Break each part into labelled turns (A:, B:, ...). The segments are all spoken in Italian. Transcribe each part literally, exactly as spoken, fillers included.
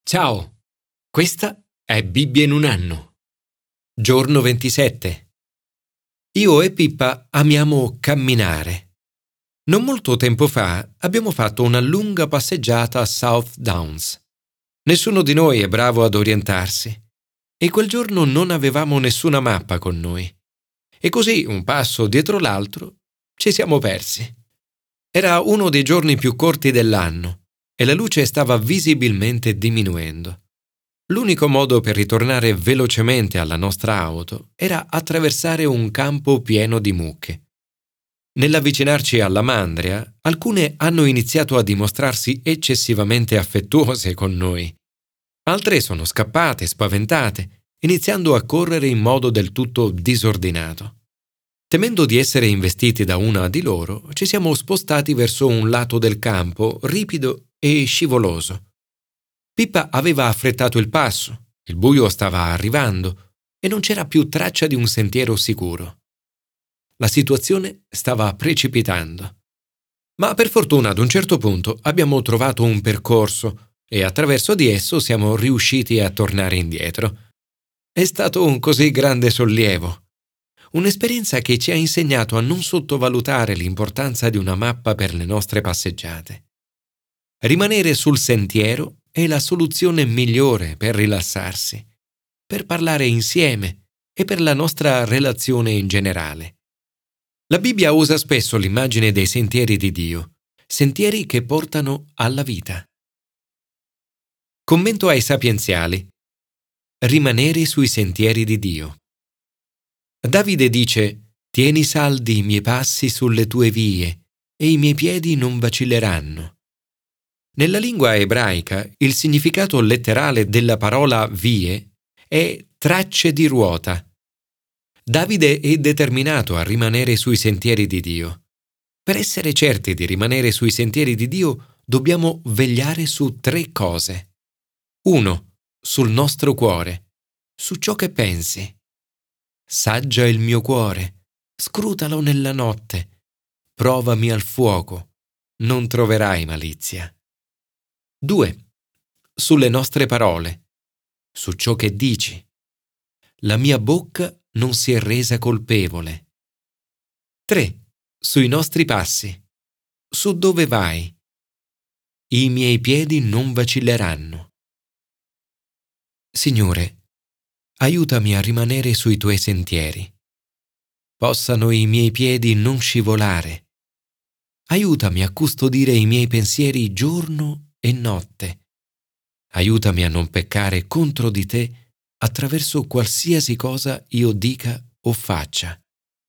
A: Ciao, questa è Bibbia in un anno. Giorno ventisette. Io e Pippa amiamo camminare. Non molto tempo fa abbiamo fatto una lunga passeggiata a South Downs. Nessuno di noi è bravo ad orientarsi e quel giorno non avevamo nessuna mappa con noi. E così, un passo dietro l'altro, ci siamo persi. Era uno dei giorni più corti dell'anno e la luce stava visibilmente diminuendo. L'unico modo per ritornare velocemente alla nostra auto era attraversare un campo pieno di mucche. Nell'avvicinarci alla mandria, alcune hanno iniziato a dimostrarsi eccessivamente affettuose con noi. Altre sono scappate, spaventate, iniziando a correre in modo del tutto disordinato. Temendo di essere investiti da una di loro, ci siamo spostati verso un lato del campo ripido e scivoloso. Pippa aveva affrettato il passo, il buio stava arrivando e non c'era più traccia di un sentiero sicuro. La situazione stava precipitando. Ma per fortuna ad un certo punto abbiamo trovato un percorso e attraverso di esso siamo riusciti a tornare indietro. È stato un così grande sollievo. Un'esperienza che ci ha insegnato a non sottovalutare l'importanza di una mappa per le nostre passeggiate. Rimanere sul sentiero è la soluzione migliore per rilassarsi, per parlare insieme e per la nostra relazione in generale. La Bibbia usa spesso l'immagine dei sentieri di Dio, sentieri che portano alla vita. Commento ai sapienziali. Rimanere sui sentieri di Dio. Davide dice: «Tieni saldi i miei passi sulle tue vie, e i miei piedi non vacilleranno». Nella lingua ebraica, il significato letterale della parola vie è tracce di ruota. Davide è determinato a rimanere sui sentieri di Dio. Per essere certi di rimanere sui sentieri di Dio, dobbiamo vegliare su tre cose. uno. Sul nostro cuore, su ciò che pensi. Saggia il mio cuore, scrutalo nella notte, provami al fuoco, non troverai malizia. due. Sulle nostre parole, su ciò che dici. La mia bocca non si è resa colpevole. tre. Sui nostri passi, su dove vai. I miei piedi non vacilleranno. Signore, aiutami a rimanere sui tuoi sentieri. Possano i miei piedi non scivolare. Aiutami a custodire i miei pensieri giorno e notte. Aiutami a non peccare contro di te attraverso qualsiasi cosa io dica o faccia.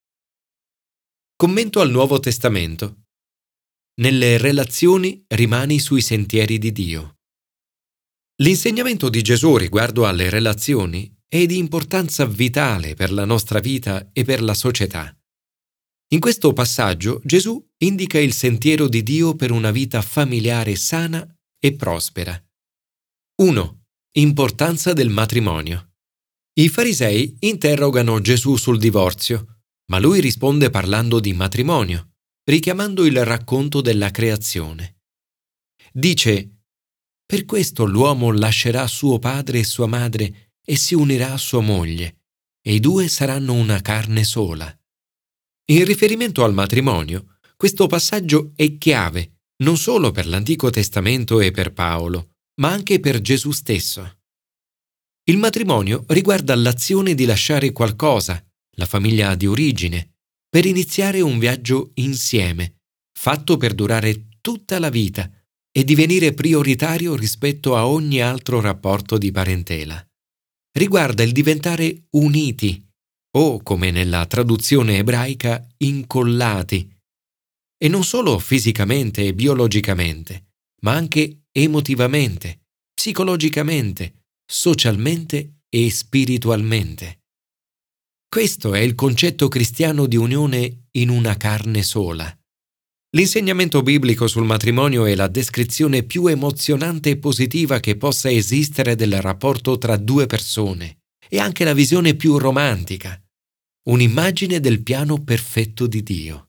A: Commento al Nuovo Testamento. Nelle relazioni rimani sui sentieri di Dio. L'insegnamento di Gesù riguardo alle relazioni è di importanza vitale per la nostra vita e per la società. In questo passaggio Gesù indica il sentiero di Dio per una vita familiare sana e prospera. uno. Importanza del matrimonio. I farisei interrogano Gesù sul divorzio, ma lui risponde parlando di matrimonio, richiamando il racconto della creazione. Dice: «Per questo l'uomo lascerà suo padre e sua madre e si unirà a sua moglie, e i due saranno una carne sola». In riferimento al matrimonio, questo passaggio è chiave non solo per l'Antico Testamento e per Paolo, ma anche per Gesù stesso. Il matrimonio riguarda l'azione di lasciare qualcosa, la famiglia di origine, per iniziare un viaggio insieme, fatto per durare tutta la vita e divenire prioritario rispetto a ogni altro rapporto di parentela. Riguarda il diventare uniti, o, come nella traduzione ebraica, incollati, e non solo fisicamente e biologicamente, ma anche emotivamente, psicologicamente, socialmente e spiritualmente. Questo è il concetto cristiano di unione in una carne sola. L'insegnamento biblico sul matrimonio è la descrizione più emozionante e positiva che possa esistere del rapporto tra due persone e anche la visione più romantica, un'immagine del piano perfetto di Dio.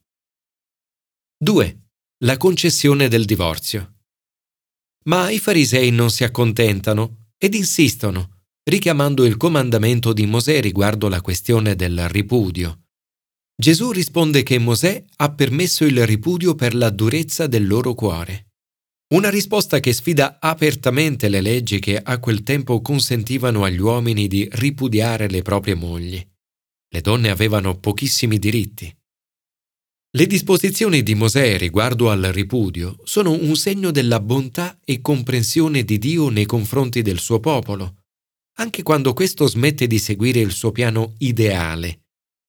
A: due. La concessione del divorzio. Ma i farisei non si accontentano ed insistono, richiamando il comandamento di Mosè riguardo la questione del ripudio. Gesù risponde che Mosè ha permesso il ripudio per la durezza del loro cuore. Una risposta che sfida apertamente le leggi che a quel tempo consentivano agli uomini di ripudiare le proprie mogli. Le donne avevano pochissimi diritti. Le disposizioni di Mosè riguardo al ripudio sono un segno della bontà e comprensione di Dio nei confronti del suo popolo, anche quando questo smette di seguire il suo piano ideale.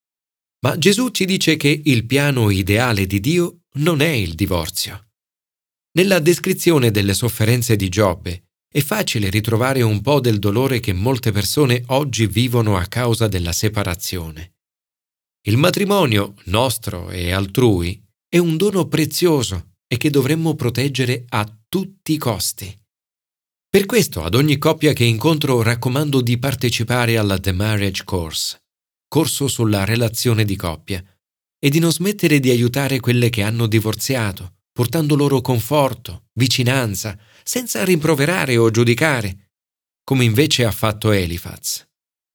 A: Ma Gesù ci dice che il piano ideale di Dio non è il divorzio. Nella descrizione delle sofferenze di Giobbe è facile ritrovare un po' del dolore che molte persone oggi vivono a causa della separazione. Il matrimonio, nostro e altrui, è un dono prezioso e che dovremmo proteggere a tutti i costi. Per questo ad ogni coppia che incontro raccomando di partecipare alla The Marriage Course, corso sulla relazione di coppia, e di non smettere di aiutare quelle che hanno divorziato, portando loro conforto, vicinanza, senza rimproverare o giudicare, come invece ha fatto Elifaz.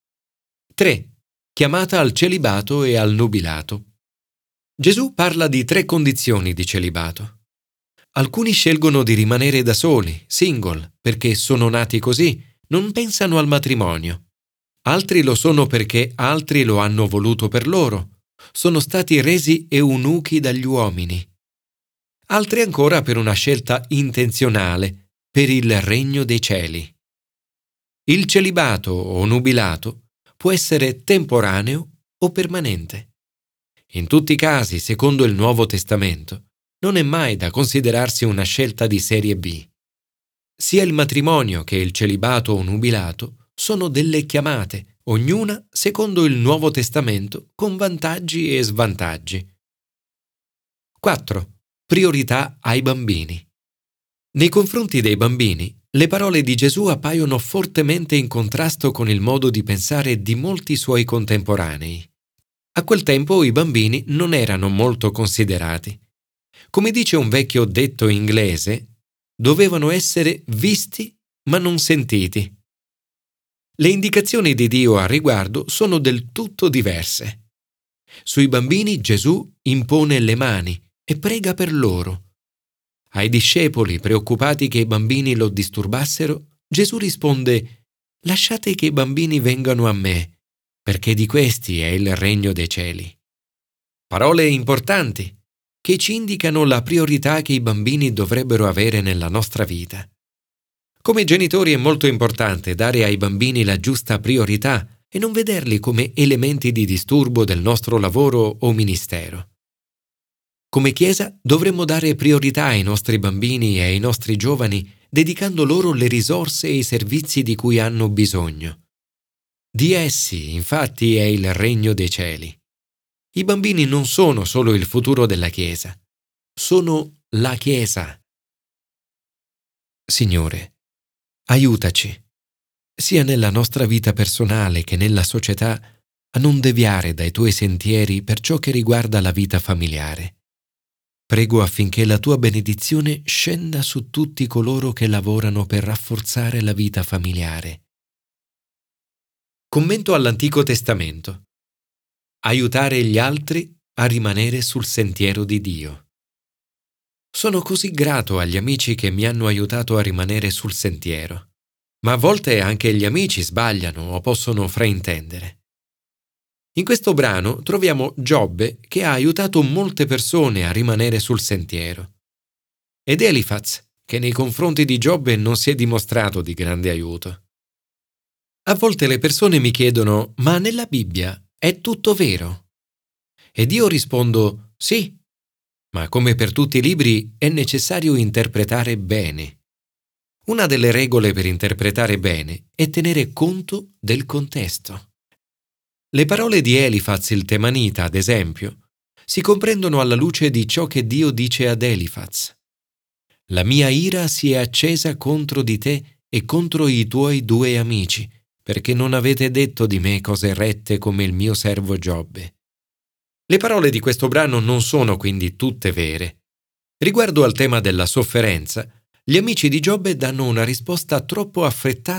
A: tre. Chiamata al celibato e al nubilato. Gesù parla di tre condizioni di celibato. Alcuni scelgono di rimanere da soli, single, perché sono nati così, non pensano al matrimonio. Altri lo sono perché altri lo hanno voluto per loro, sono stati resi eunuchi dagli uomini. Altri ancora per una scelta intenzionale, per il regno dei cieli. Il celibato o nubilato può essere temporaneo o permanente. In tutti i casi, secondo il Nuovo Testamento, non è mai da considerarsi una scelta di serie B. Sia il matrimonio che il celibato o nubilato sono delle chiamate, ognuna secondo il Nuovo Testamento, con vantaggi e svantaggi. quattro. Priorità ai bambini. Nei confronti dei bambini, le parole di Gesù appaiono fortemente in contrasto con il modo di pensare di molti suoi contemporanei. A quel tempo i bambini non erano molto considerati. Come dice un vecchio detto inglese, dovevano essere visti ma non sentiti. Le indicazioni di Dio a riguardo sono del tutto diverse. Sui bambini Gesù impone le mani e prega per loro. Ai discepoli preoccupati che i bambini lo disturbassero, Gesù risponde: «Lasciate che i bambini vengano a me, perché di questi è il regno dei cieli». Parole importanti che ci indicano la priorità che i bambini dovrebbero avere nella nostra vita. Come genitori è molto importante dare ai bambini la giusta priorità e non vederli come elementi di disturbo del nostro lavoro o ministero. Come Chiesa dovremmo dare priorità ai nostri bambini e ai nostri giovani, dedicando loro le risorse e i servizi di cui hanno bisogno. Di essi, infatti, è il regno dei cieli. I bambini non sono solo il futuro della Chiesa, sono la Chiesa. Signore, aiutaci, sia nella nostra vita personale che nella società, a non deviare dai tuoi sentieri per ciò che riguarda la vita familiare. Prego affinché la tua benedizione scenda su tutti coloro che lavorano per rafforzare la vita familiare. Commento all'Antico Testamento. Aiutare gli altri a rimanere sul sentiero di Dio. Sono così grato agli amici che mi hanno aiutato a rimanere sul sentiero, ma a volte anche gli amici sbagliano o possono fraintendere. In questo brano troviamo Giobbe che ha aiutato molte persone a rimanere sul sentiero, ed Elifaz che nei confronti di Giobbe non si è dimostrato di grande aiuto. A volte le persone mi chiedono: ma nella Bibbia è tutto vero? Ed io rispondo: sì, ma come per tutti i libri è necessario interpretare bene. Una delle regole per interpretare bene è tenere conto del contesto. Le parole di Elifaz il Temanita, ad esempio, si comprendono alla luce di ciò che Dio dice ad Elifaz. La mia ira si è accesa contro di te e contro i tuoi due amici, perché non avete detto di me cose rette come il mio servo Giobbe. Le parole di questo brano non sono quindi tutte vere. Riguardo al tema della sofferenza, gli amici di Giobbe danno una risposta troppo affrettata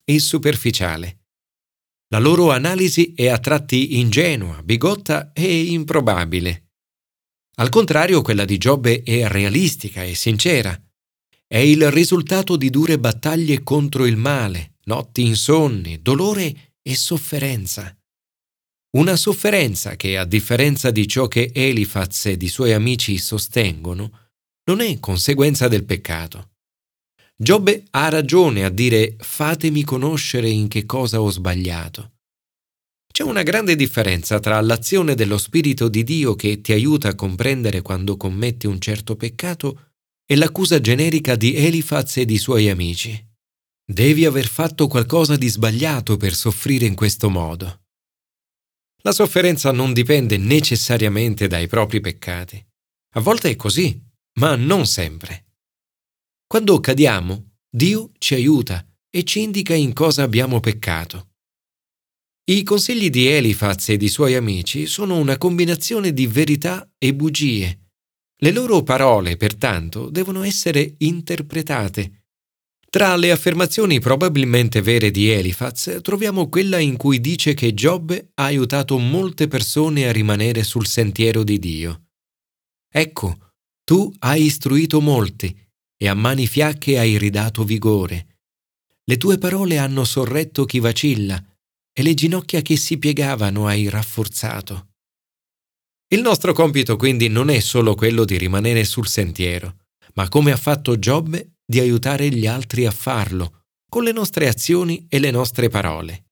A: e superficiale. La loro analisi è a tratti ingenua, bigotta e improbabile. Al contrario, quella di Giobbe è realistica e sincera. È il risultato di dure battaglie contro il male, notti insonni, dolore e sofferenza. Una sofferenza che, a differenza di ciò che Elifaz ed i suoi amici sostengono, non è conseguenza del peccato. Giobbe ha ragione a dire «fatemi conoscere in che cosa ho sbagliato». C'è una grande differenza tra l'azione dello Spirito di Dio che ti aiuta a comprendere quando commetti un certo peccato e l'accusa generica di Elifaz e di suoi amici. Devi aver fatto qualcosa di sbagliato per soffrire in questo modo. La sofferenza non dipende necessariamente dai propri peccati. A volte è così, ma non sempre. Quando cadiamo, Dio ci aiuta e ci indica in cosa abbiamo peccato. I consigli di Elifaz e di suoi amici sono una combinazione di verità e bugie. Le loro parole, pertanto, devono essere interpretate. Tra le affermazioni probabilmente vere di Elifaz troviamo quella in cui dice che Giobbe ha aiutato molte persone a rimanere sul sentiero di Dio. Ecco, tu hai istruito molti e a mani fiacche hai ridato vigore. Le tue parole hanno sorretto chi vacilla e le ginocchia che si piegavano hai rafforzato. Il nostro compito quindi non è solo quello di rimanere sul sentiero, ma come ha fatto Giobbe, di aiutare gli altri a farlo, con le nostre azioni e le nostre parole.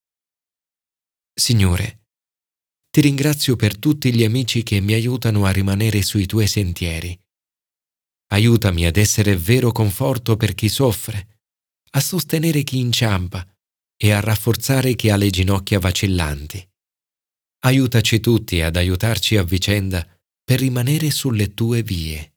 A: Signore, ti ringrazio per tutti gli amici che mi aiutano a rimanere sui tuoi sentieri. Aiutami ad essere vero conforto per chi soffre, a sostenere chi inciampa e a rafforzare chi ha le ginocchia vacillanti. Aiutaci tutti ad aiutarci a vicenda per rimanere sulle tue vie.